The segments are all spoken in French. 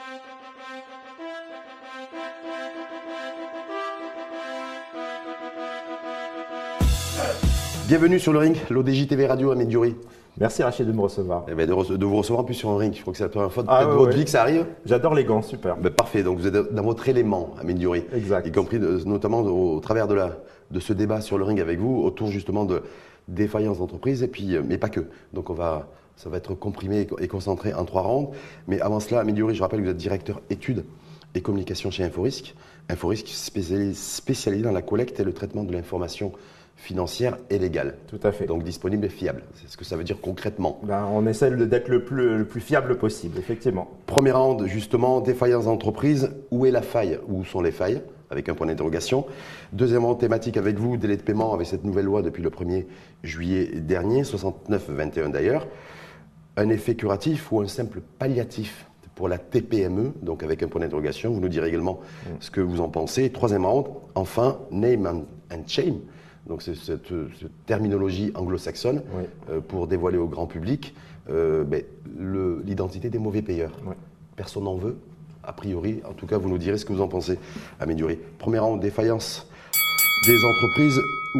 Bienvenue sur le ring, l'ODJ TV Radio à Medjuri. Merci Rachid de me recevoir. Eh ben de vous recevoir en plus sur un ring. Je crois que c'est la première fois de votre vie que ça arrive. J'adore les gants, super. Ben, parfait, donc vous êtes dans votre élément à Medjuri. Exact. Y compris notamment au travers de ce débat sur le ring avec vous, autour justement de défaillance d'entreprise, et puis, mais pas que. Donc ça va être comprimé et concentré en 3 rounds. Mais avant cela, à Medjuri, je rappelle que vous êtes directeur études et communication chez Inforisc. Inforisc spécialisé dans la collecte et le traitement de l'information financière et légale. Tout à fait. Donc disponible et fiable. C'est ce que ça veut dire concrètement. Ben, on essaie d'être le plus fiable possible, effectivement. Premier round, justement, défaillance d'entreprise. Où est la faille? Où sont les failles? Avec un point d'interrogation. Deuxième round, thématique avec vous, délai de paiement avec cette nouvelle loi depuis le 1er juillet dernier, 69-21 d'ailleurs. Un effet curatif ou un simple palliatif pour la TPME, donc avec un point d'interrogation. Vous nous direz également ce que vous en pensez. Troisième round, enfin, name and shame. Donc c'est cette terminologie anglo-saxonne pour dévoiler au grand public l'identité des mauvais payeurs. Ouais. Personne n'en veut, a priori. En tout cas, vous nous direz ce que vous en pensez à Medjuri. Premier round, défaillance des entreprises.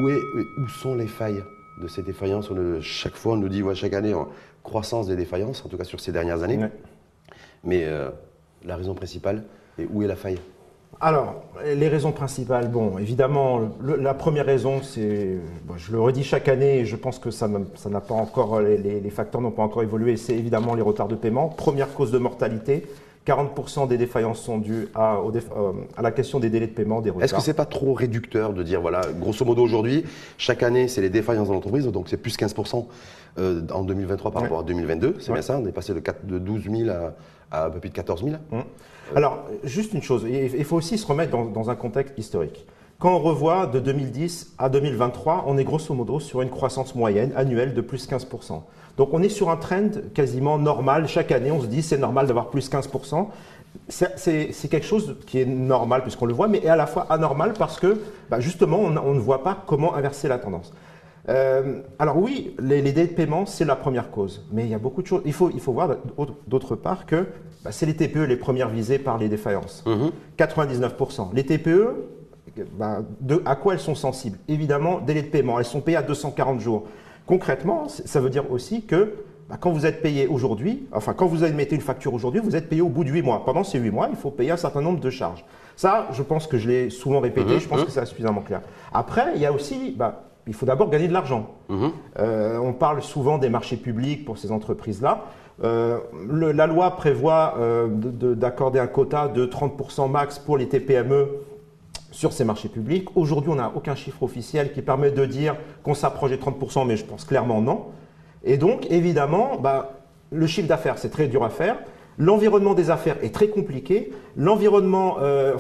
Où sont les failles de ces défaillances? Chaque fois, on nous dit chaque année croissance des défaillances, en tout cas sur ces dernières années. Ouais. Mais la raison principale, et où est la faille? Alors, les raisons principales, bon, évidemment, la première raison, c'est, je le redis chaque année, et je pense que ça n'a pas encore, les facteurs n'ont pas encore évolué, c'est évidemment les retards de paiement. Première cause de mortalité, 40% des défaillances sont dues à la question des délais de paiement, des retards. Est-ce que c'est pas trop réducteur de dire, voilà, grosso modo aujourd'hui, chaque année, c'est les défaillances dans l'entreprise, donc c'est plus 15% en 2023 par rapport à 2022, c'est bien ça? On est passé de 12 000 à un peu plus de 14 000. Alors, juste une chose, il faut aussi se remettre dans un contexte historique. Quand on revoit de 2010 à 2023, on est grosso modo sur une croissance moyenne annuelle de plus 15%. Donc on est sur un trend quasiment normal. Chaque année, on se dit c'est normal d'avoir plus 15%. C'est quelque chose qui est normal puisqu'on le voit, mais est à la fois anormal parce que justement, on ne voit pas comment inverser la tendance. Alors oui, les délais de paiement, c'est la première cause. Mais il y a beaucoup de choses. Il faut voir d'autre part que c'est les TPE les premières visées par les défaillances. 99%. Les TPE, à quoi elles sont sensibles? Évidemment, délai de paiement. Elles sont payées à 240 jours. Concrètement, ça veut dire aussi que quand vous êtes payé aujourd'hui, enfin quand vous émettez une facture aujourd'hui, vous êtes payé au bout de 8 mois. Pendant ces 8 mois, il faut payer un certain nombre de charges. Ça, je pense que je l'ai souvent répété. Je pense que c'est suffisamment clair. Après, il y a aussi... il faut d'abord gagner de l'argent. On parle souvent des marchés publics pour ces entreprises-là. La loi prévoit d'accorder un quota de 30% max pour les TPME sur ces marchés publics. Aujourd'hui, on n'a aucun chiffre officiel qui permet de dire qu'on s'approche des 30%, mais je pense clairement non. Et donc, évidemment, le chiffre d'affaires, c'est très dur à faire. L'environnement des affaires est très compliqué. L'environnement,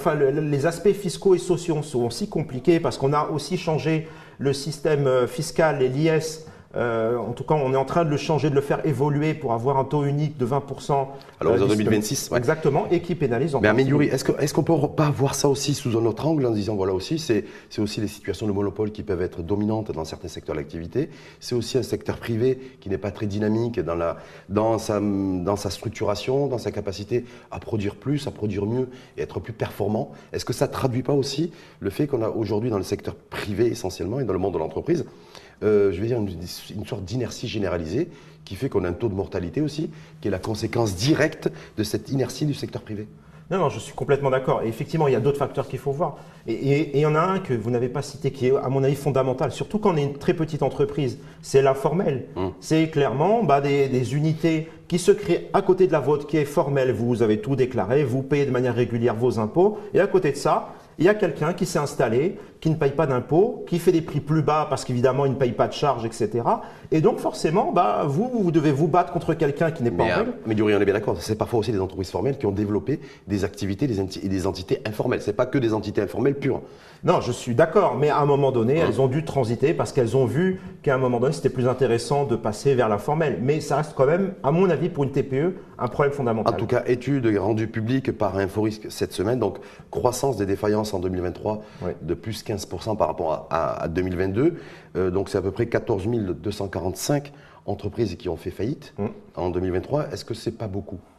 les aspects fiscaux et sociaux sont aussi compliqués parce qu'on a aussi changé le système fiscal et l'IS. En tout cas, on est en train de le changer, de le faire évoluer pour avoir un taux unique de 20%. Alors, en 2026, ouais. Exactement, et qui pénalise. Mais à Medjuri, est-ce qu'on peut pas voir ça aussi sous un autre angle en disant, voilà aussi, c'est aussi les situations de monopole qui peuvent être dominantes dans certains secteurs d'activité. C'est aussi un secteur privé qui n'est pas très dynamique dans sa structuration, dans sa capacité à produire plus, à produire mieux et être plus performant. Est-ce que ça ne traduit pas aussi le fait qu'on a aujourd'hui dans le secteur privé essentiellement et dans le monde de l'entreprise, je vais dire une sorte d'inertie généralisée qui fait qu'on a un taux de mortalité aussi, qui est la conséquence directe de cette inertie du secteur privé? Non, je suis complètement d'accord. Et effectivement, il y a d'autres facteurs qu'il faut voir. Et il y en a un que vous n'avez pas cité qui est, à mon avis, fondamental, surtout quand on est une très petite entreprise, c'est l'informel. C'est clairement des unités qui se créent à côté de la vôtre, qui est formelle. Vous avez tout déclaré, vous payez de manière régulière vos impôts. Et à côté de ça, il y a quelqu'un qui s'est installé, qui ne paye pas d'impôts, qui fait des prix plus bas parce qu'évidemment, il ne paye pas de charges, etc. Et donc, forcément, vous devez vous battre contre quelqu'un qui n'est pas en règle. Mais on est bien d'accord, c'est parfois aussi des entreprises formelles qui ont développé des activités et des entités informelles. Ce n'est pas que des entités informelles pures. Non, je suis d'accord, mais à un moment donné, elles ont dû transiter parce qu'elles ont vu qu'à un moment donné, c'était plus intéressant de passer vers l'informel. Mais ça reste quand même, à mon avis, pour une TPE, un problème fondamental. En tout cas, étude rendue publique par Inforisc cette semaine, donc croissance des défaillances en 2023 de plus 15% par rapport à 2022. Donc c'est à peu près 14 245 entreprises qui ont fait faillite en 2023. Est-ce que c'est pas beaucoup?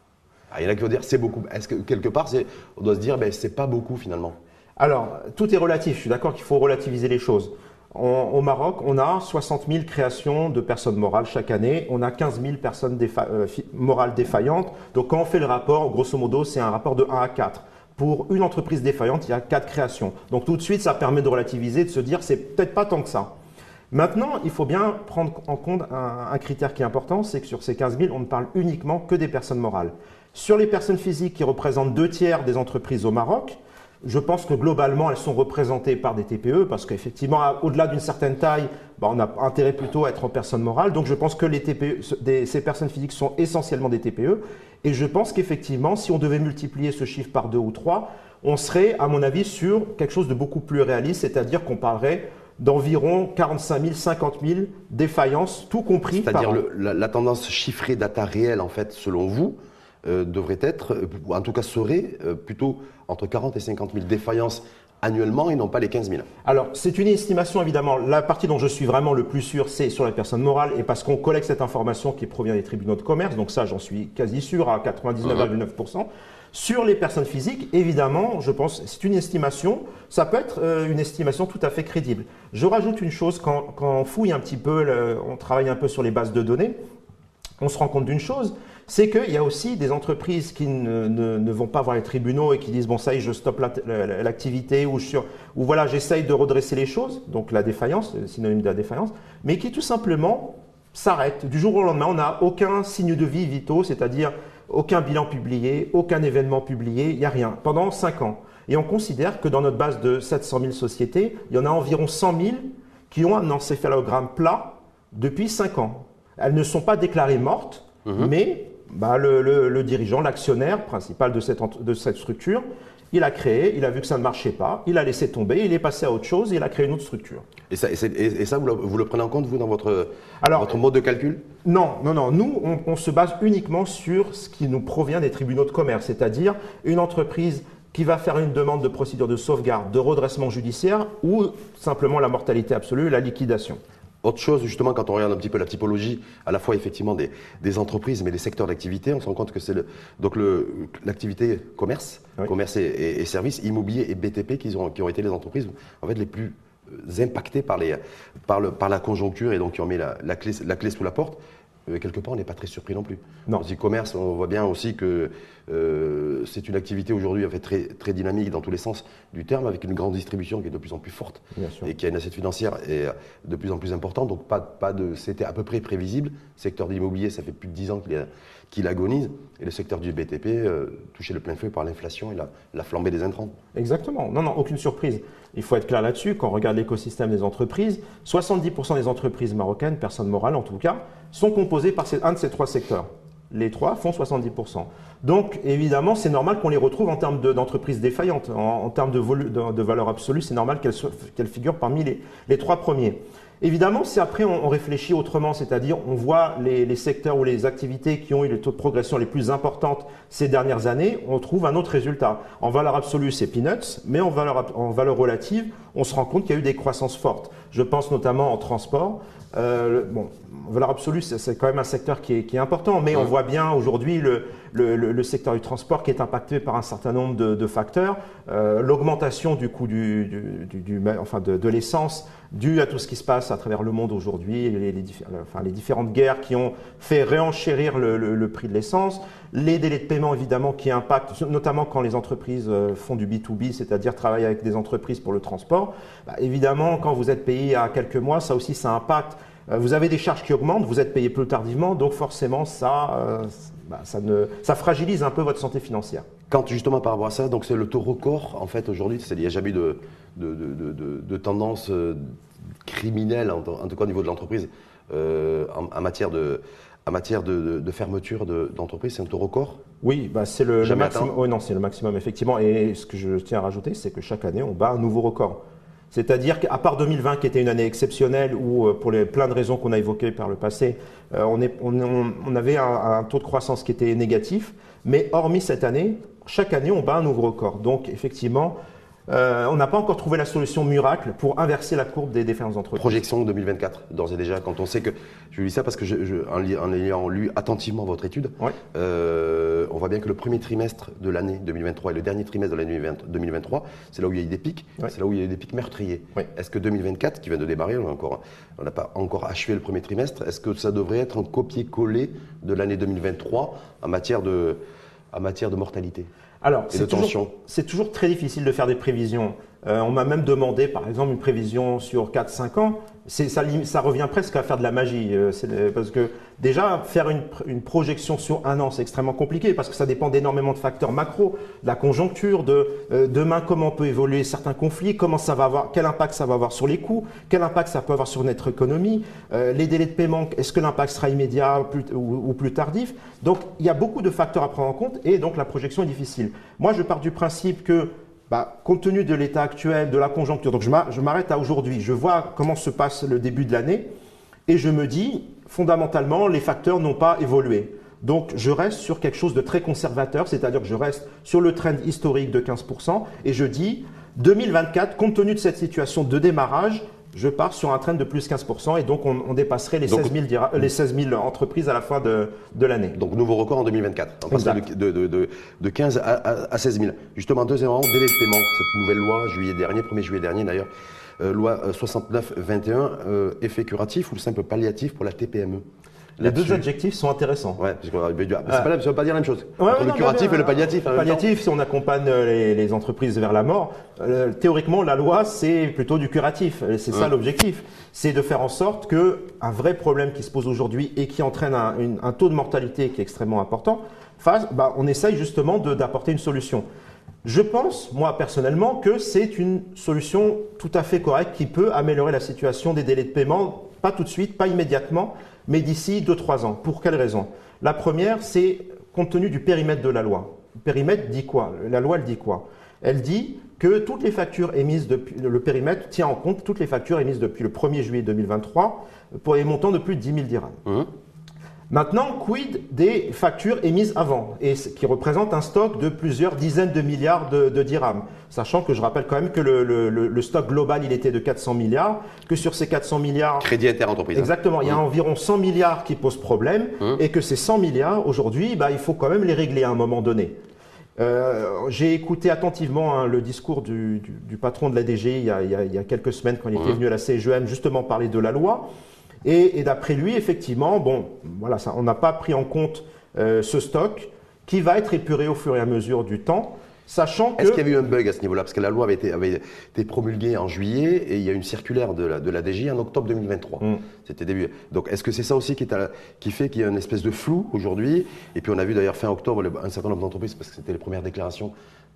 Ah, il y en a qui vont dire c'est beaucoup. Est-ce que quelque part, on doit se dire c'est pas beaucoup finalement? Alors, tout est relatif. Je suis d'accord qu'il faut relativiser les choses. Au Maroc, on a 60 000 créations de personnes morales chaque année. On a 15 000 personnes morales défaillantes. Donc, quand on fait le rapport, grosso modo, c'est un rapport de 1 à 4. Pour une entreprise défaillante, il y a 4 créations. Donc, tout de suite, ça permet de relativiser, de se dire c'est peut-être pas tant que ça. Maintenant, il faut bien prendre en compte un critère qui est important, c'est que sur ces 15 000, on ne parle uniquement que des personnes morales. Sur les personnes physiques qui représentent 2/3 des entreprises au Maroc, je pense que globalement, elles sont représentées par des TPE parce qu'effectivement, au-delà d'une certaine taille, on a intérêt plutôt à être en personne morale. Donc, je pense que les TPE, ces personnes physiques sont essentiellement des TPE. Et je pense qu'effectivement, si on devait multiplier ce chiffre par 2 ou 3, on serait, à mon avis, sur quelque chose de beaucoup plus réaliste, c'est-à-dire qu'on parlerait d'environ 45 000, 50 000 défaillances, tout compris. C'est-à-dire la tendance chiffrée data réelle, en fait, selon vous, devrait être, ou en tout cas serait plutôt entre 40 et 50 000 défaillances annuellement et non pas les 15 000. Alors, c'est une estimation évidemment. La partie dont je suis vraiment le plus sûr, c'est sur les personnes morales et parce qu'on collecte cette information qui provient des tribunaux de commerce. Donc ça, j'en suis quasi sûr à 99,9%. Sur les personnes physiques, évidemment, je pense c'est une estimation. Ça peut être une estimation tout à fait crédible. Je rajoute une chose, quand on fouille un petit peu, on travaille un peu sur les bases de données, on se rend compte d'une chose, c'est qu'il y a aussi des entreprises qui ne vont pas voir les tribunaux et qui disent bon ça y est, je stoppe l'activité ou voilà, j'essaye de redresser les choses, donc la défaillance, synonyme de la défaillance, mais qui tout simplement s'arrêtent. Du jour au lendemain, on n'a aucun signe de vie vitaux, c'est-à-dire aucun bilan publié, aucun événement publié, il n'y a rien, pendant 5 ans. Et on considère que dans notre base de 700 000 sociétés, il y en a environ 100 000 qui ont un encéphalogramme plat depuis 5 ans. Elles ne sont pas déclarées mortes, mais le dirigeant, l'actionnaire principal de cette structure, il a créé, il a vu que ça ne marchait pas, il a laissé tomber, il est passé à autre chose, il a créé une autre structure. Et ça vous le prenez en compte, vous, dans votre mode de calcul? Non. Nous, on se base uniquement sur ce qui nous provient des tribunaux de commerce, c'est-à-dire une entreprise qui va faire une demande de procédure de sauvegarde, de redressement judiciaire ou simplement la mortalité absolue, la liquidation. Autre chose, justement, quand on regarde un petit peu la typologie, à la fois effectivement des entreprises, mais des secteurs d'activité, on se rend compte que c'est l'activité commerce, oui. Commerce et services, immobilier et BTP qui ont été les entreprises en fait, les plus impactées par la conjoncture et donc qui ont mis la clé sous la porte. Quelque part, on n'est pas très surpris non plus. Non. On dit commerce, on voit bien aussi que c'est une activité aujourd'hui en fait, très, très dynamique dans tous les sens du terme, avec une grande distribution qui est de plus en plus forte et qui a une assiette financière de plus en plus importante. Donc, c'était à peu près prévisible. Le secteur de l'immobilier, ça fait plus de 10 ans qu'il agonise. Et le secteur du BTP, touché de plein feu par l'inflation et la flambée des intrants. Exactement. Non, aucune surprise. Il faut être clair là-dessus. Quand on regarde l'écosystème des entreprises, 70% des entreprises marocaines, personnes morales en tout cas, sont composées par un de ces 3 secteurs. Les 3 font 70%. Donc, évidemment, c'est normal qu'on les retrouve en termes d'entreprises défaillantes. En termes de valeur absolue, c'est normal qu'elles figurent parmi les 3 premiers. Évidemment, si après on réfléchit autrement, c'est-à-dire on voit les secteurs ou les activités qui ont eu les taux de progression les plus importantes ces dernières années, on trouve un autre résultat. En valeur absolue, c'est peanuts, mais en valeur relative, on se rend compte qu'il y a eu des croissances fortes. Je pense notamment en transport. En valeur absolue, c'est quand même un secteur qui est important, mais on voit bien aujourd'hui le secteur du transport qui est impacté par un certain nombre de facteurs. L'augmentation du coût de l'essence due à tout ce qui se passe à travers le monde aujourd'hui, les différentes guerres qui ont fait réenchérir le prix de l'essence, les délais de paiement évidemment qui impactent, notamment quand les entreprises font du B2B, c'est-à-dire travaillent avec des entreprises pour le transport. Évidemment, quand vous êtes payé à quelques mois, ça aussi ça impacte. Vous avez des charges qui augmentent, vous êtes payé plus tardivement, donc forcément ça fragilise un peu votre santé financière. Quand justement par rapport à ça, donc c'est le taux record en fait aujourd'hui, il n'y a jamais eu de tendance criminelle, en tout cas au niveau de l'entreprise, en matière de fermeture d'entreprise, c'est un taux record? Oui, c'est le maximum. Oui, non, c'est le maximum effectivement. Et ce que je tiens à rajouter, c'est que chaque année on bat un nouveau record. C'est-à-dire qu'à part 2020 qui était une année exceptionnelle où pour plein de raisons qu'on a évoquées par le passé, on avait un taux de croissance qui était négatif, mais hormis cette année, chaque année on bat un nouveau record. Donc effectivement, On n'a pas encore trouvé la solution miracle pour inverser la courbe des différentes entreprises. Projection 2024, d'ores et déjà, quand on sait que, je dis ça parce que en ayant lu attentivement votre étude, Ouais. On voit bien que le premier trimestre de l'année 2023 et le dernier trimestre de l'année 2023, c'est là où il y a eu des pics, Ouais. c'est là où il y a eu des pics meurtriers. Ouais. Est-ce que 2024, qui vient de démarrer, on n'a pas encore achevé le premier trimestre, est-ce que ça devrait être un copier-coller de l'année 2023 en matière de mortalité? Alors, Et de tension. c'est toujours très difficile de faire des prévisions. On m'a même demandé, par exemple, une prévision sur 4-5 ans. Ça revient presque à faire de la magie. Parce que déjà, faire une projection sur un an, c'est extrêmement compliqué parce que ça dépend d'énormément de facteurs macro, de la conjoncture, de demain, comment peut évoluer certains conflits, quel impact ça va avoir sur les coûts, quel impact ça peut avoir sur notre économie, les délais de paiement, est-ce que l'impact sera immédiat ou plus tardif. Donc, il y a beaucoup de facteurs à prendre en compte et donc la projection est difficile. Moi, je pars du principe que compte tenu de l'état actuel, de la conjoncture, donc je m'arrête à aujourd'hui, je vois comment se passe le début de l'année et je me dis, fondamentalement, les facteurs n'ont pas évolué. Donc je reste sur quelque chose de très conservateur, c'est-à-dire que je reste sur le trend historique de 15% et je dis, 2024, compte tenu de cette situation de démarrage, je pars sur un trend de plus 15% et donc on dépasserait les 16 000 entreprises à la fin de l'année. Donc nouveau record en 2024, on passe de 15 à 16 000. Justement, deuxièmement, délai de paiement, cette nouvelle loi, 1er juillet dernier d'ailleurs, loi 69-21, effet curatif ou le simple palliatif pour la TPME. Les deux adjectifs sont intéressants. Ouais, parce ça ne veut pas dire la même chose. Ouais, Entre le curatif et le palliatif. Le palliatif, si on accompagne les entreprises vers la mort, théoriquement, la loi, c'est plutôt du curatif. C'est ça l'objectif. C'est de faire en sorte qu'un vrai problème qui se pose aujourd'hui et qui entraîne un taux de mortalité qui est extrêmement important, on essaye justement d'apporter une solution. Je pense, moi personnellement, que c'est une solution tout à fait correcte qui peut améliorer la situation des délais de paiement, pas tout de suite, pas immédiatement, mais d'ici 2-3 ans. Pour quelles raisons? La première, c'est compte tenu du périmètre de la loi. Le périmètre dit quoi? La loi, elle dit quoi? Elle dit que toutes les factures émises depuis le périmètre tient en compte toutes les factures émises depuis le 1er juillet 2023 pour les montants de plus de 10 000 dirhams. Maintenant, quid des factures émises avant et qui représentent un stock de plusieurs dizaines de milliards de dirhams, sachant que je rappelle quand même que le stock global il était de 400 milliards, que sur ces 400 milliards… Crédit interentreprise. Exactement, il y a environ 100 milliards qui posent problème et que ces 100 milliards aujourd'hui, il faut quand même les régler à un moment donné. J'ai écouté attentivement le discours du patron de la DGI il y a quelques semaines quand il était venu à la CGEM justement parler de la loi. Et d'après lui, effectivement, on n'a pas pris en compte ce stock qui va être épuré au fur et à mesure du temps, sachant que… Est-ce qu'il y avait eu un bug à ce niveau-là? Parce que la loi avait été promulguée en juillet et il y a une circulaire de la DGI en octobre 2023. C'était début. Donc est-ce que c'est ça aussi qui fait qu'il y a une espèce de flou aujourd'hui? Et puis on a vu d'ailleurs fin octobre un certain nombre d'entreprises, parce que c'était les premières déclarations,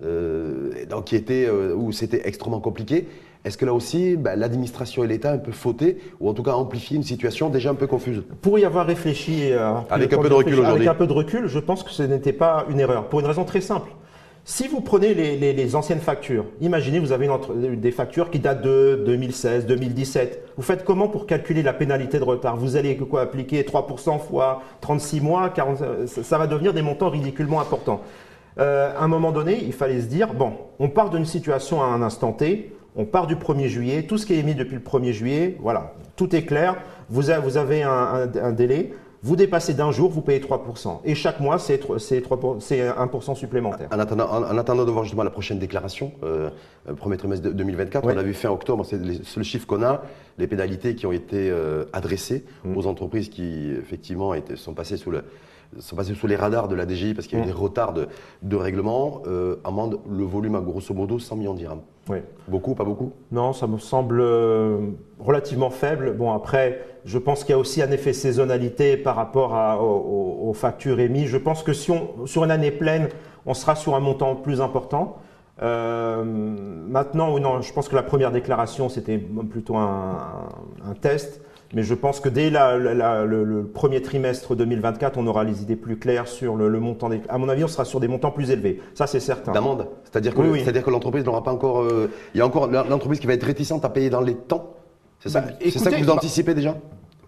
où c'était extrêmement compliqué. Est-ce que là aussi, l'administration et l'État ont un peu fauté, ou en tout cas amplifié une situation déjà un peu confuse? Pour y avoir réfléchi, avec un peu de recul aujourd'hui. Avec un peu de recul, je pense que ce n'était pas une erreur, pour une raison très simple. Si vous prenez les anciennes factures, imaginez vous avez des factures qui datent de 2016, 2017. Vous faites comment pour calculer la pénalité de retard? Vous allez appliquer 3% fois 36 mois, 40, ça va devenir des montants ridiculement importants. À un moment donné, il fallait se dire, on part d'une situation à un instant T, on part du 1er juillet, tout ce qui est émis depuis le 1er juillet, voilà, tout est clair, vous avez un délai, vous dépassez d'un jour, vous payez 3%. Et chaque mois, c'est 1% supplémentaire. En attendant de voir justement la prochaine déclaration, premier trimestre de 2024, on a vu fin octobre, c'est le chiffre qu'on a, les pénalités qui ont été adressées aux entreprises qui effectivement sont passées sous les radars de la DGI parce qu'il y a eu des retards de règlement, amende le volume à grosso modo 100 millions de dirhams. Oui. Beaucoup, pas beaucoup? Non, ça me semble relativement faible. Bon, après, je pense qu'il y a aussi un effet saisonnalité par rapport aux factures émises. Je pense que sur une année pleine, on sera sur un montant plus important. Maintenant, non, je pense que la première déclaration, c'était plutôt un test. Mais je pense que dès le premier trimestre 2024, on aura les idées plus claires sur le montant. À mon avis, on sera sur des montants plus élevés. Ça, c'est certain. D'amende? C'est-à-dire que l'entreprise n'aura pas encore… il y a encore l'entreprise qui va être réticente à payer dans les temps? C'est ça que vous anticipez déjà?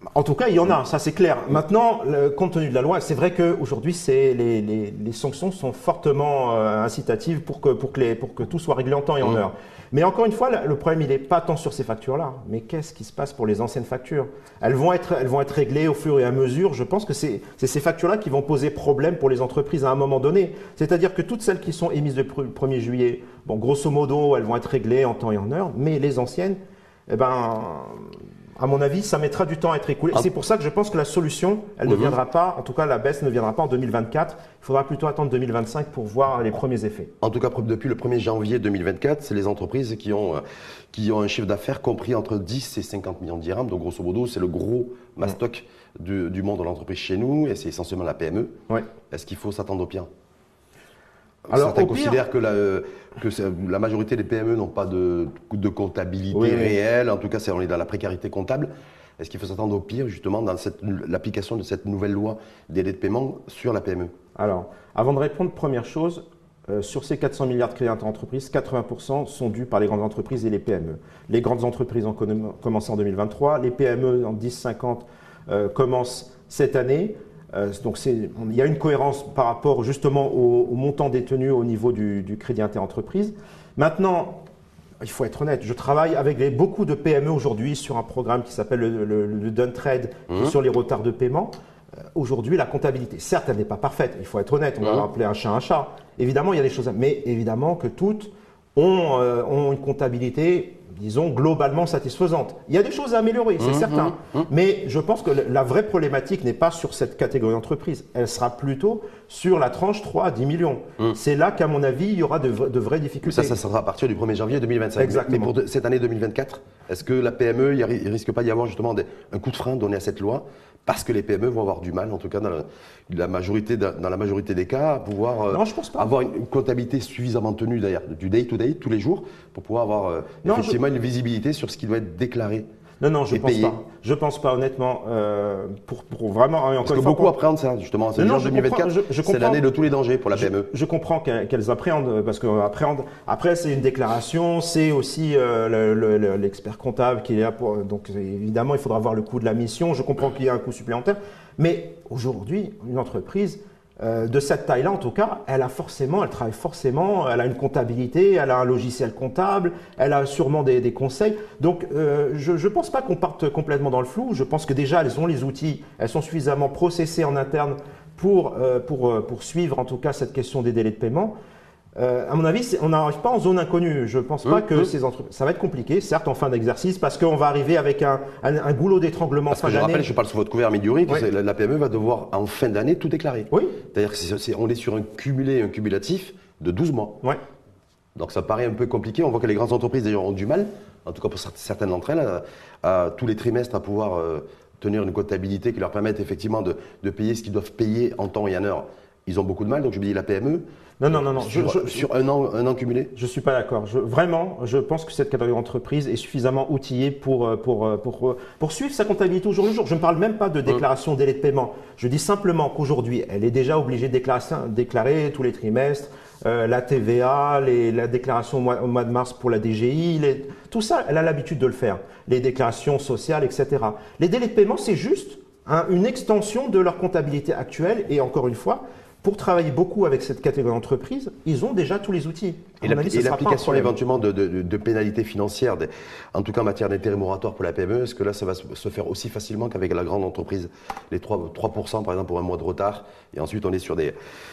En tout cas, il y en a, ça c'est clair. Maintenant, compte tenu de la loi, c'est vrai qu'aujourd'hui, les sanctions sont fortement incitatives pour que tout soit réglé en temps et en heure. Mais encore une fois, le problème, il n'est pas tant sur ces factures-là. Mais qu'est-ce qui se passe pour les anciennes factures? Elles vont être réglées au fur et à mesure. Je pense que c'est ces factures-là qui vont poser problème pour les entreprises à un moment donné. C'est-à-dire que toutes celles qui sont émises le 1er juillet, bon, grosso modo, elles vont être réglées en temps et en heure. Mais les anciennes, eh ben, à mon avis, ça mettra du temps à être écoulé. C'est pour ça que je pense que la solution, elle ne viendra pas, en tout cas la baisse ne viendra pas en 2024. Il faudra plutôt attendre 2025 pour voir les premiers effets. En tout cas, depuis le 1er janvier 2024, c'est les entreprises qui ont un chiffre d'affaires compris entre 10 et 50 millions de dirhams. Donc grosso modo, c'est le gros mastoc du monde de l'entreprise chez nous et c'est essentiellement la PME. Ouais. Est-ce qu'il faut s'attendre au pire? Alors, certains considèrent que la majorité des PME n'ont pas de comptabilité réelle. En tout cas, on est dans la précarité comptable. Est-ce qu'il faut s'attendre au pire, justement, dans l'application de cette nouvelle loi des délais de paiement sur la PME? Alors, avant de répondre, première chose, sur ces 400 milliards de crédits inter-entreprises, 80% sont dus par les grandes entreprises et les PME. Les grandes entreprises ont commencé en 2023, les PME en 10-50 commencent cette année. Donc il y a une cohérence par rapport justement au montant détenu au niveau du crédit inter-entreprise. Maintenant, il faut être honnête, je travaille avec beaucoup de PME aujourd'hui sur un programme qui s'appelle le Done Trade, qui est sur les retards de paiement. Aujourd'hui, la comptabilité, certes, elle n'est pas parfaite, il faut être honnête, on va rappeler un chat un chat. Évidemment, il y a des choses, mais évidemment que toutes ont une comptabilité, disons, globalement satisfaisante. Il y a des choses à améliorer, c'est certain. Mais je pense que la vraie problématique n'est pas sur cette catégorie d'entreprise. Elle sera plutôt sur la tranche 3 à 10 millions. C'est là qu'à mon avis, il y aura de vraies difficultés. Ça sera à partir du 1er janvier 2025. Exactement. Mais pour cette année 2024, est-ce que la PME, il risque pas d'y avoir justement un coup de frein donné à cette loi? Parce que les PME vont avoir du mal, en tout cas dans la majorité des cas, à pouvoir avoir une comptabilité suffisamment tenue d'ailleurs, du day to day, tous les jours, pour pouvoir avoir effectivement une visibilité sur ce qui doit être déclaré. Non, je pense pas. Je pense pas, honnêtement, pour vraiment. Parce que beaucoup appréhendent ça, justement. C'est 2024, c'est l'année de tous les dangers pour la PME. Je comprends qu'elles appréhendent, parce que après, c'est une déclaration, c'est aussi l'expert comptable qui est là pour. Donc, évidemment, il faudra voir le coût de la mission. Je comprends qu'il y a un coût supplémentaire. Mais aujourd'hui, une entreprise de cette taille-là, en tout cas, elle travaille forcément, elle a une comptabilité, elle a un logiciel comptable, elle a sûrement des conseils. Donc, je ne pense pas qu'on parte complètement dans le flou. Je pense que déjà, elles ont les outils, elles sont suffisamment processées en interne pour suivre, en tout cas, cette question des délais de paiement. À mon avis, on n'arrive pas en zone inconnue. Je ne pense pas que ça va être compliqué, certes en fin d'exercice, parce qu'on va arriver avec un goulot d'étranglement en fin d'année. Je rappelle, je parle sous votre couvert Miduri, que la PME va devoir en fin d'année tout déclarer. Oui. C'est-à-dire qu'on est sur un cumulatif de 12 mois. Ouais. Donc ça paraît un peu compliqué. On voit que les grandes entreprises d'ailleurs ont du mal, en tout cas pour certaines d'entre elles, à tous les trimestres à pouvoir tenir une comptabilité qui leur permette effectivement de payer ce qu'ils doivent payer en temps et en heure. Ils ont beaucoup de mal, donc je me dis la PME. Non. Sur un an cumulé? Je ne suis pas d'accord. Vraiment, je pense que cette catégorie d'entreprise est suffisamment outillée pour suivre sa comptabilité au jour le jour. Je ne parle même pas de déclaration délai de paiement. Je dis simplement qu'aujourd'hui, elle est déjà obligée de déclarer tous les trimestres la TVA, la déclaration au mois de mars pour la DGI. Tout ça, elle a l'habitude de le faire. Les déclarations sociales, etc. Les délais de paiement, c'est juste une extension de leur comptabilité actuelle. Et encore une fois, pour travailler beaucoup avec cette catégorie d'entreprise, ils ont déjà tous les outils. Et l'application éventuellement de pénalités financières, en tout cas en matière d'intérêt moratoire pour la PME, est-ce que là ça va se faire aussi facilement qu'avec la grande entreprise? Les 3% par exemple pour un mois de retard, et ensuite on est sur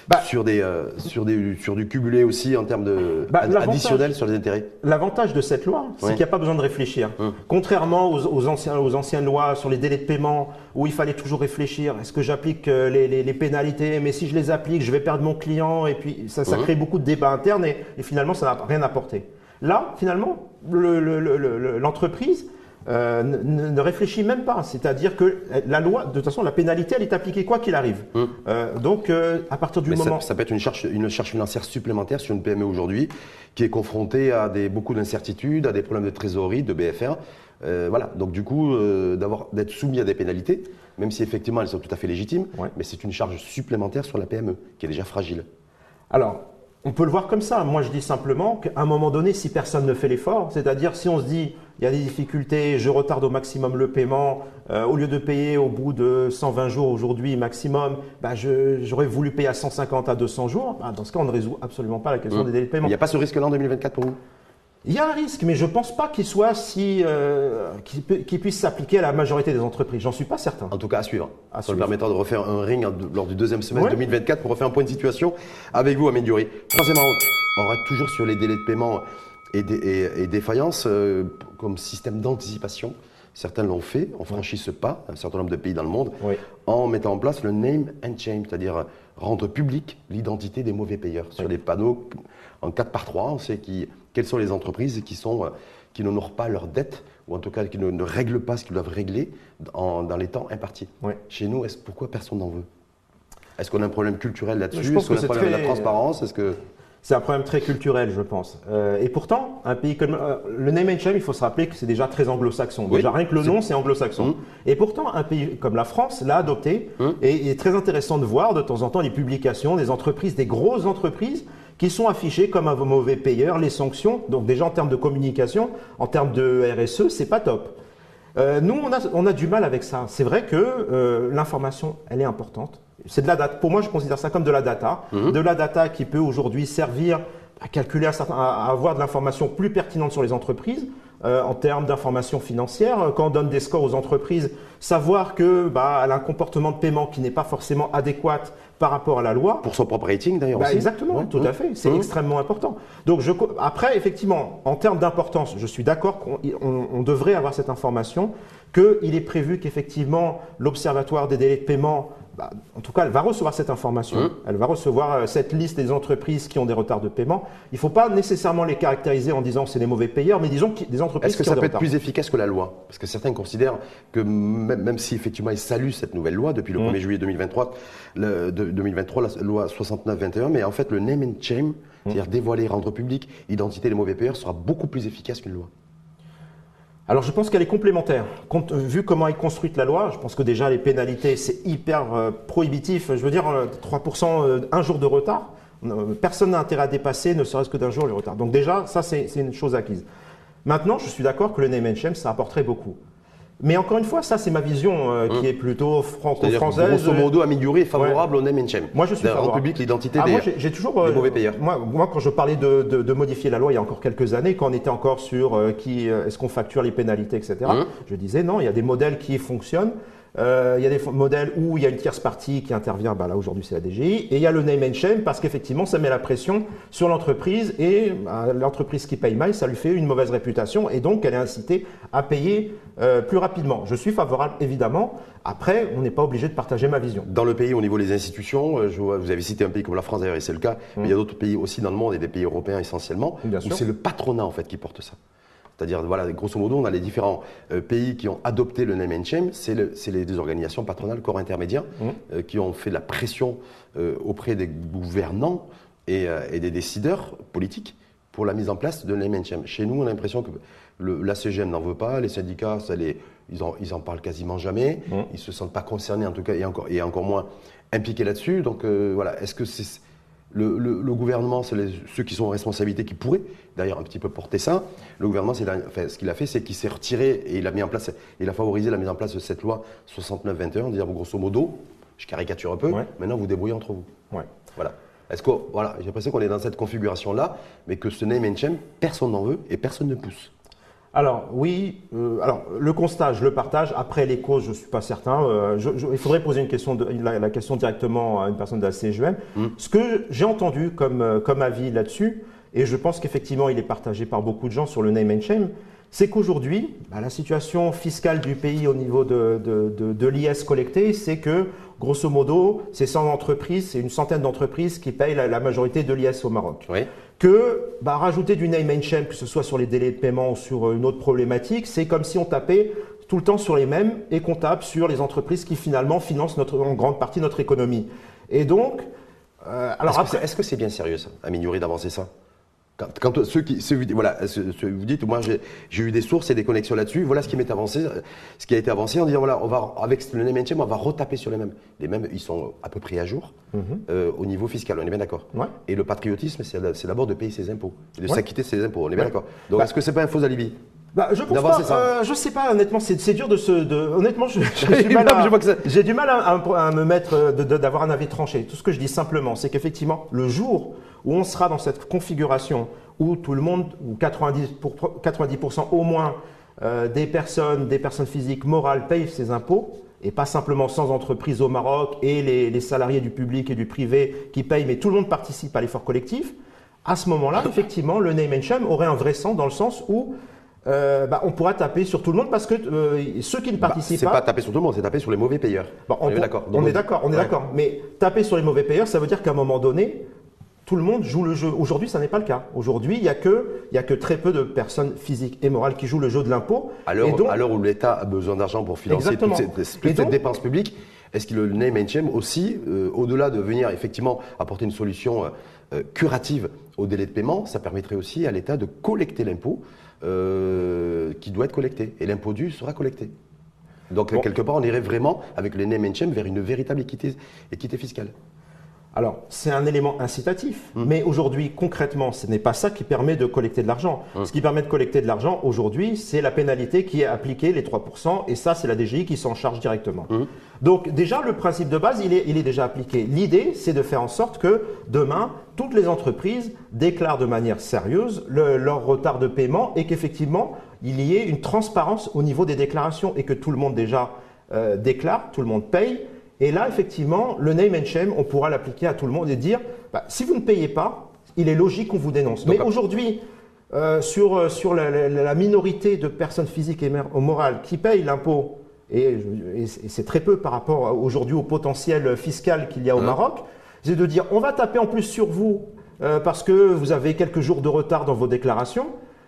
du cumulé aussi en termes additionnels sur les intérêts. L'avantage de cette loi, c'est qu'il n'y a pas besoin de réfléchir. Contrairement aux anciennes lois sur les délais de paiement, où il fallait toujours réfléchir, est-ce que j'applique les pénalités, mais si je les applique, je vais perdre mon client, et puis ça crée beaucoup de débats internes, et finalement ça n'a rien apporté. Là, finalement, l'entreprise ne réfléchit même pas. C'est-à-dire que la loi, de toute façon, la pénalité, elle est appliquée quoi qu'il arrive. Donc, à partir du moment… Ça peut être une charge financière supplémentaire sur une PME aujourd'hui qui est confrontée à beaucoup d'incertitudes, à des problèmes de trésorerie, de BFR. Voilà. Donc, du coup, d'être soumis à des pénalités, même si effectivement elles sont tout à fait légitimes, mais c'est une charge supplémentaire sur la PME qui est déjà fragile. Alors, On peut le voir comme ça. Moi, je dis simplement qu'à un moment donné, si personne ne fait l'effort, c'est-à-dire si on se dit il y a des difficultés, je retarde au maximum le paiement, au lieu de payer au bout de 120 jours aujourd'hui maximum, j'aurais voulu payer à 150 à 200 jours, dans ce cas, on ne résout absolument pas la question des délais de paiement. Il n'y a pas ce risque-là en 2024 pour vous? Il y a un risque, mais je ne pense pas qu'il soit qu'il puisse s'appliquer à la majorité des entreprises. J'en suis pas certain. En tout cas, à suivre. Ça me permettra de refaire un ring lors du deuxième semestre 2024 pour refaire un point de situation avec vous, Amine Diouri. Troisièmement, on reste toujours sur les délais de paiement et défaillance comme système d'anticipation. Certains l'ont fait, on franchit ce pas, un certain nombre de pays dans le monde, en mettant en place le name and shame, c'est-à-dire rendre public l'identité des mauvais payeurs. Sur des panneaux en 4x3, on sait quelles sont les entreprises qui n'honorent pas leurs dettes, ou en tout cas qui ne règlent pas ce qu'ils doivent régler dans les temps impartis. Chez nous, pourquoi personne n'en veut? Est-ce qu'on a un problème culturel là-dessus? Est-ce qu'on a un problème de la transparence? C'est un problème très culturel, je pense. Et pourtant, un pays comme le name and shame, il faut se rappeler que c'est déjà très anglo-saxon. Déjà, rien que le nom, c'est anglo-saxon. Et pourtant, un pays comme la France l'a adopté. Et il est très intéressant de voir de temps en temps les publications des entreprises, des grosses entreprises, qui sont affichées comme un mauvais payeur, les sanctions. Donc déjà, en termes de communication, en termes de RSE, c'est pas top. Nous, on a du mal avec ça. C'est vrai que l'information, elle est importante. C'est de la data. Pour moi, je considère ça comme de la data. De la data qui peut aujourd'hui servir à calculer, à avoir de l'information plus pertinente sur les entreprises. En termes d'information financière, quand on donne des scores aux entreprises, savoir que elle a un comportement de paiement qui n'est pas forcément adéquat par rapport à la loi. Pour son propre rating d'ailleurs aussi. Exactement, tout à fait. C'est extrêmement important. Donc après, effectivement, en termes d'importance, je suis d'accord qu'on devrait avoir cette information, qu'il est prévu qu'effectivement l'Observatoire des délais de paiement, en tout cas, elle va recevoir cette information, elle va recevoir cette liste des entreprises qui ont des retards de paiement. Il ne faut pas nécessairement les caractériser en disant que c'est des mauvais payeurs, mais disons des entreprises qui ont des retards. Est-ce que ça peut être plus efficace que la loi? Parce que certains considèrent que même si effectivement ils saluent cette nouvelle loi depuis le 1er juillet 2023, la loi 69-21, mais en fait le name and shame, c'est-à-dire dévoiler, rendre public l'identité des mauvais payeurs, sera beaucoup plus efficace qu'une loi. Alors je pense qu'elle est complémentaire. Vu comment est construite la loi, je pense que déjà les pénalités, c'est hyper prohibitif. Je veux dire, 3%, un jour de retard, personne n'a intérêt à dépasser, ne serait-ce que d'un jour le retard. Donc déjà, ça c'est une chose acquise. Maintenant, je suis d'accord que le name and shame, ça apporterait beaucoup. Mais encore une fois, ça c'est ma vision qui est plutôt franco-française. Grosso modo, Amine Diouri est favorable au name and shame. Moi je suis favorable. Rendre public l'identité des mauvais payeurs. Moi quand je parlais de modifier la loi il y a encore quelques années, quand on était encore sur est-ce qu'on facture les pénalités, etc. Je disais non, il y a des modèles qui fonctionnent. Il y a des modèles où il y a une tierce partie qui intervient, là aujourd'hui c'est la DGI, et il y a le name and shame parce qu'effectivement ça met la pression sur l'entreprise et l'entreprise qui paye mal, ça lui fait une mauvaise réputation et donc elle est incitée à payer plus rapidement. Je suis favorable évidemment, après on n'est pas obligé de partager ma vision. Dans le pays, au niveau des institutions, vous avez cité un pays comme la France d'ailleurs et c'est le cas, mais il y a d'autres pays aussi dans le monde et des pays européens essentiellement, où c'est le patronat en fait qui porte ça. C'est-à-dire, grosso modo, on a les différents pays qui ont adopté le name and shame, c'est les organisations patronales, corps intermédiaires, qui ont fait de la pression auprès des gouvernants et des décideurs politiques pour la mise en place de name and shame. Chez nous, on a l'impression que la CGM n'en veut pas, les syndicats, ils en parlent quasiment jamais, ils ne se sentent pas concernés en tout cas, et encore moins impliqués là-dessus. Donc est-ce que c'est... Le gouvernement, c'est ceux qui sont en responsabilité qui pourraient d'ailleurs un petit peu porter ça. Le gouvernement, ce qu'il a fait, c'est qu'il s'est retiré et il a favorisé la mise en place de cette loi 69-21, en disant grosso modo, je caricature un peu, maintenant vous débrouillez entre vous. Voilà. J'ai l'impression qu'on est dans cette configuration-là, mais que ce name and shame, personne n'en veut et personne ne pousse. Alors oui, le constat, je le partage. Après les causes, je ne suis pas certain. Il faudrait poser la question directement à une personne de la CGM. Ce que j'ai entendu comme avis là-dessus, et je pense qu'effectivement il est partagé par beaucoup de gens sur le name and shame, c'est qu'aujourd'hui, la situation fiscale du pays au niveau de l'IS collecté, c'est que grosso modo, c'est 100 entreprises, c'est une centaine d'entreprises qui payent la majorité de l'IS au Maroc. Que rajouter du name and shame, que ce soit sur les délais de paiement ou sur une autre problématique, c'est comme si on tapait tout le temps sur les mêmes et qu'on tape sur les entreprises qui finalement financent en grande partie notre économie. Et donc, est-ce que c'est bien sérieux ça, Amine Diouri, d'avancer ça? Quand vous dites, moi j'ai eu des sources et des connexions là-dessus, voilà ce qui m'est avancé, ce qui a été avancé en disant voilà, avec le name and shame, on va retaper sur les mêmes. Les mêmes, ils sont à peu près à jour au niveau fiscal, on est bien d'accord. Ouais. Et le patriotisme, c'est d'abord de payer ses impôts, et de s'acquitter de ses impôts, on est bien d'accord. Donc Bah, est-ce que c'est pas un faux alibi? Je pense pas. Je sais pas. Honnêtement, c'est dur honnêtement, j'ai du mal à me mettre d'avoir un avis tranché. Tout ce que je dis simplement, c'est qu'effectivement, le jour où on sera dans cette configuration où tout le monde, ou 90% au moins des personnes physiques morales payent ses impôts, et pas simplement 100 entreprises au Maroc et les salariés du public et du privé qui payent, mais tout le monde participe à l'effort collectif. À ce moment-là, effectivement, le name and shame aurait un vrai sens dans le sens où on pourra taper sur tout le monde parce que ceux qui ne participent pas. C'est pas taper sur tout le monde, c'est taper sur les mauvais payeurs. On est d'accord. On est d'accord. Mais taper sur les mauvais payeurs, ça veut dire qu'à un moment donné, tout le monde joue le jeu. Aujourd'hui, ça n'est pas le cas. Aujourd'hui, il y a que très peu de personnes physiques et morales qui jouent le jeu de l'impôt. À l'heure où l'État a besoin d'argent pour financer toutes ces dépenses publiques, est-ce que le name and shame aussi, au-delà de venir effectivement apporter une solution curative au délai de paiement, ça permettrait aussi à l'État de collecter l'impôt qui doit être collecté. Et l'impôt dû sera collecté. Donc quelque part, on irait vraiment, avec le name and shame, vers une véritable équité fiscale. Alors, c'est un élément incitatif, mais aujourd'hui, concrètement, ce n'est pas ça qui permet de collecter de l'argent. Ce qui permet de collecter de l'argent aujourd'hui, c'est la pénalité qui est appliquée, les 3%, et ça, c'est la DGI qui s'en charge directement. Donc déjà, le principe de base, il est déjà appliqué. L'idée, c'est de faire en sorte que demain, toutes les entreprises déclarent de manière sérieuse leur retard de paiement et qu'effectivement, il y ait une transparence au niveau des déclarations et que tout le monde déjà déclare, tout le monde paye. Et là, effectivement, le name and shame, on pourra l'appliquer à tout le monde et dire, si vous ne payez pas, il est logique qu'on vous dénonce. Mais aujourd'hui, sur la minorité de personnes physiques et morales qui payent l'impôt, et c'est très peu par rapport aujourd'hui au potentiel fiscal qu'il y a au Maroc, c'est de dire, on va taper en plus sur vous parce que vous avez quelques jours de retard dans vos déclarations.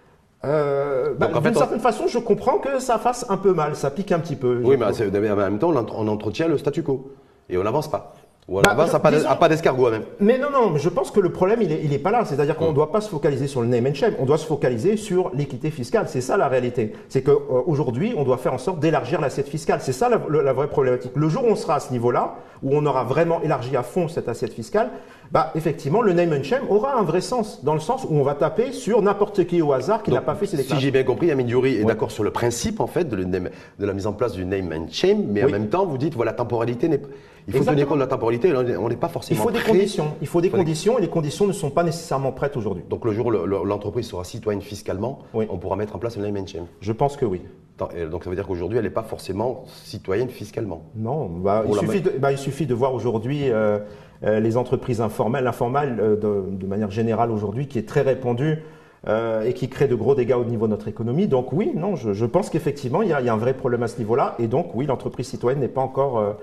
D'une certaine façon, je comprends que ça fasse un peu mal, ça pique un petit peu. Oui, mais en même temps, on entretient le statu quo et on n'avance pas. Ou on avance à pas d'escargot même. Mais non, je pense que le problème, il est pas là. C'est-à-dire qu'on ne doit pas se focaliser sur le name and shame, on doit se focaliser sur l'équité fiscale. C'est ça la réalité. C'est qu'aujourd'hui, on doit faire en sorte d'élargir l'assiette fiscale. C'est ça la vraie problématique. Le jour où on sera à ce niveau-là, où on aura vraiment élargi à fond cette assiette fiscale, effectivement, le name and shame aura un vrai sens, dans le sens où on va taper sur n'importe qui au hasard qui n'a pas fait ses déclarations. Si j'ai bien compris, Amine Diouri est d'accord sur le principe en fait de la mise en place du name and shame, mais en même temps, vous dites voilà, temporalité n'est pas. Il faut tenir compte de la temporalité, on n'est pas forcément prêt. Il faut des conditions et les conditions ne sont pas nécessairement prêtes aujourd'hui. Donc le jour où l'entreprise sera citoyenne fiscalement, on pourra mettre en place le name and shame. Je pense que oui. Donc ça veut dire qu'aujourd'hui, elle n'est pas forcément citoyenne fiscalement. Non, il suffit de voir aujourd'hui les entreprises informelles, de manière générale aujourd'hui, qui est très répandue et qui crée de gros dégâts au niveau de notre économie. Donc oui, non, je pense qu'effectivement, il y a un vrai problème à ce niveau-là. Et donc oui, l'entreprise citoyenne n'est pas encore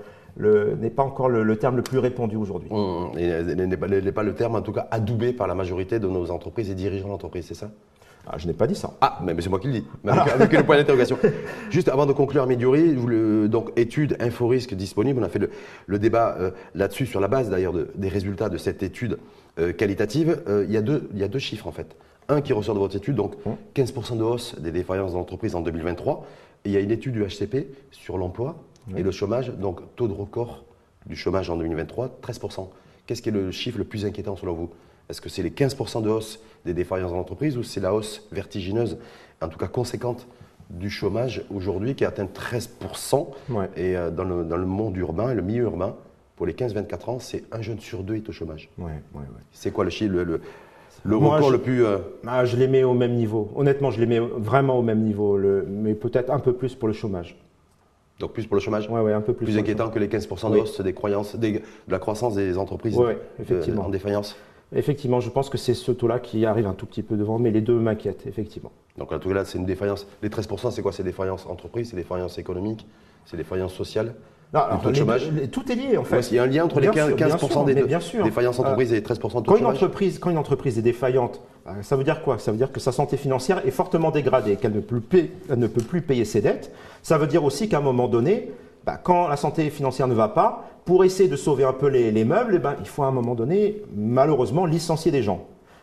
le terme le plus répandu aujourd'hui. N'est pas le terme, en tout cas, adoubé par la majorité de nos entreprises et dirigeants d'entreprise, c'est ça? Je n'ai pas dit ça. Mais c'est moi qui le dis, avec le point d'interrogation. Juste avant de conclure, Amine Diouri, donc étude InfoRisque disponible, on a fait le débat là-dessus sur la base d'ailleurs des résultats de cette étude qualitative. Il y a deux chiffres en fait. Un qui ressort de votre étude, donc 15% de hausse des défaillances d'entreprise en 2023. Et il y a une étude du HCP sur l'emploi et le chômage, donc taux de record du chômage en 2023, 13%. Qu'est-ce qui est le chiffre le plus inquiétant selon vous? Est-ce que c'est les 15% de hausse des défaillances d'entreprise ou c'est la hausse vertigineuse, en tout cas conséquente, du chômage aujourd'hui qui atteint 13% et dans le monde urbain, le milieu urbain, pour les 15-24 ans, c'est un jeune sur deux est au chômage. C'est quoi le chiffre, le record le plus… Je les mets au même niveau. Honnêtement, je les mets vraiment au même niveau, mais peut-être un peu plus pour le chômage. Donc plus pour le chômage, un peu plus. Plus inquiétant que les 15% de hausse de la croissance des entreprises effectivement. En défaillance. Effectivement, je pense que c'est ce taux-là qui arrive un tout petit peu devant, mais les deux m'inquiètent, effectivement. Donc en tout cas, là, c'est une défaillance. Les 13%, c'est quoi? C'est défaillance entreprise, c'est défaillance économique, c'est défaillance sociale. Tout est lié en fait. Il y a un lien entre les 15% des défaillances entreprises et les 13% de taux de chômage. Quand une entreprise est défaillante, ça veut dire quoi? Ça veut dire que sa santé financière est fortement dégradée, qu'elle ne peut plus payer ses dettes. Ça veut dire aussi qu'à un moment donné, quand la santé financière ne va pas, pour essayer de sauver un peu les meubles, il faut à un moment donné, malheureusement, licencier des gens.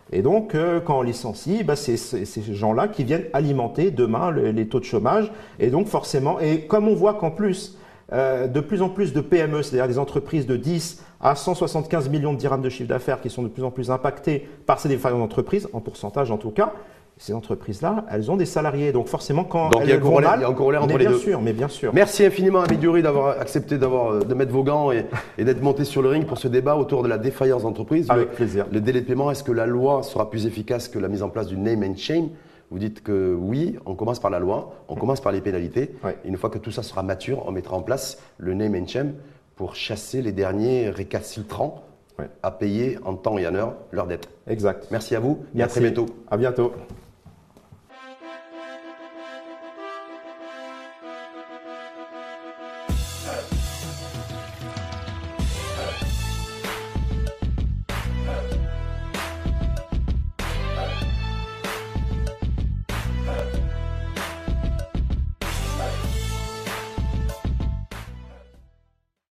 Et donc, quand on licencie, c'est ces gens-là qui viennent alimenter demain les taux de chômage. Et donc, forcément, et comme on voit qu'en plus, de plus en plus de PME, c'est-à-dire des entreprises de 10 à 175 millions de dirhams de chiffre d'affaires qui sont de plus en plus impactées par ces défaillances d'entreprises, en pourcentage en tout cas, ces entreprises-là, elles ont des salariés. Donc forcément, quand donc, elles vont mal, il y a un corollaire entre les deux. Mais bien sûr. Merci infiniment Hamid Diouri d'avoir accepté de mettre vos gants et d'être monté sur le ring pour ce débat autour de la défaillance d'entreprise. Avec plaisir. Le délai de paiement, est-ce que la loi sera plus efficace que la mise en place du name and shame? Vous dites que oui, on commence par la loi, on commence par les pénalités. Ouais. Et une fois que tout ça sera mature, on mettra en place le name and shame pour chasser les derniers récalcitrants à payer en temps et en heure leurs dettes. Exact. Merci à vous et Merci. à très bientôt. À bientôt.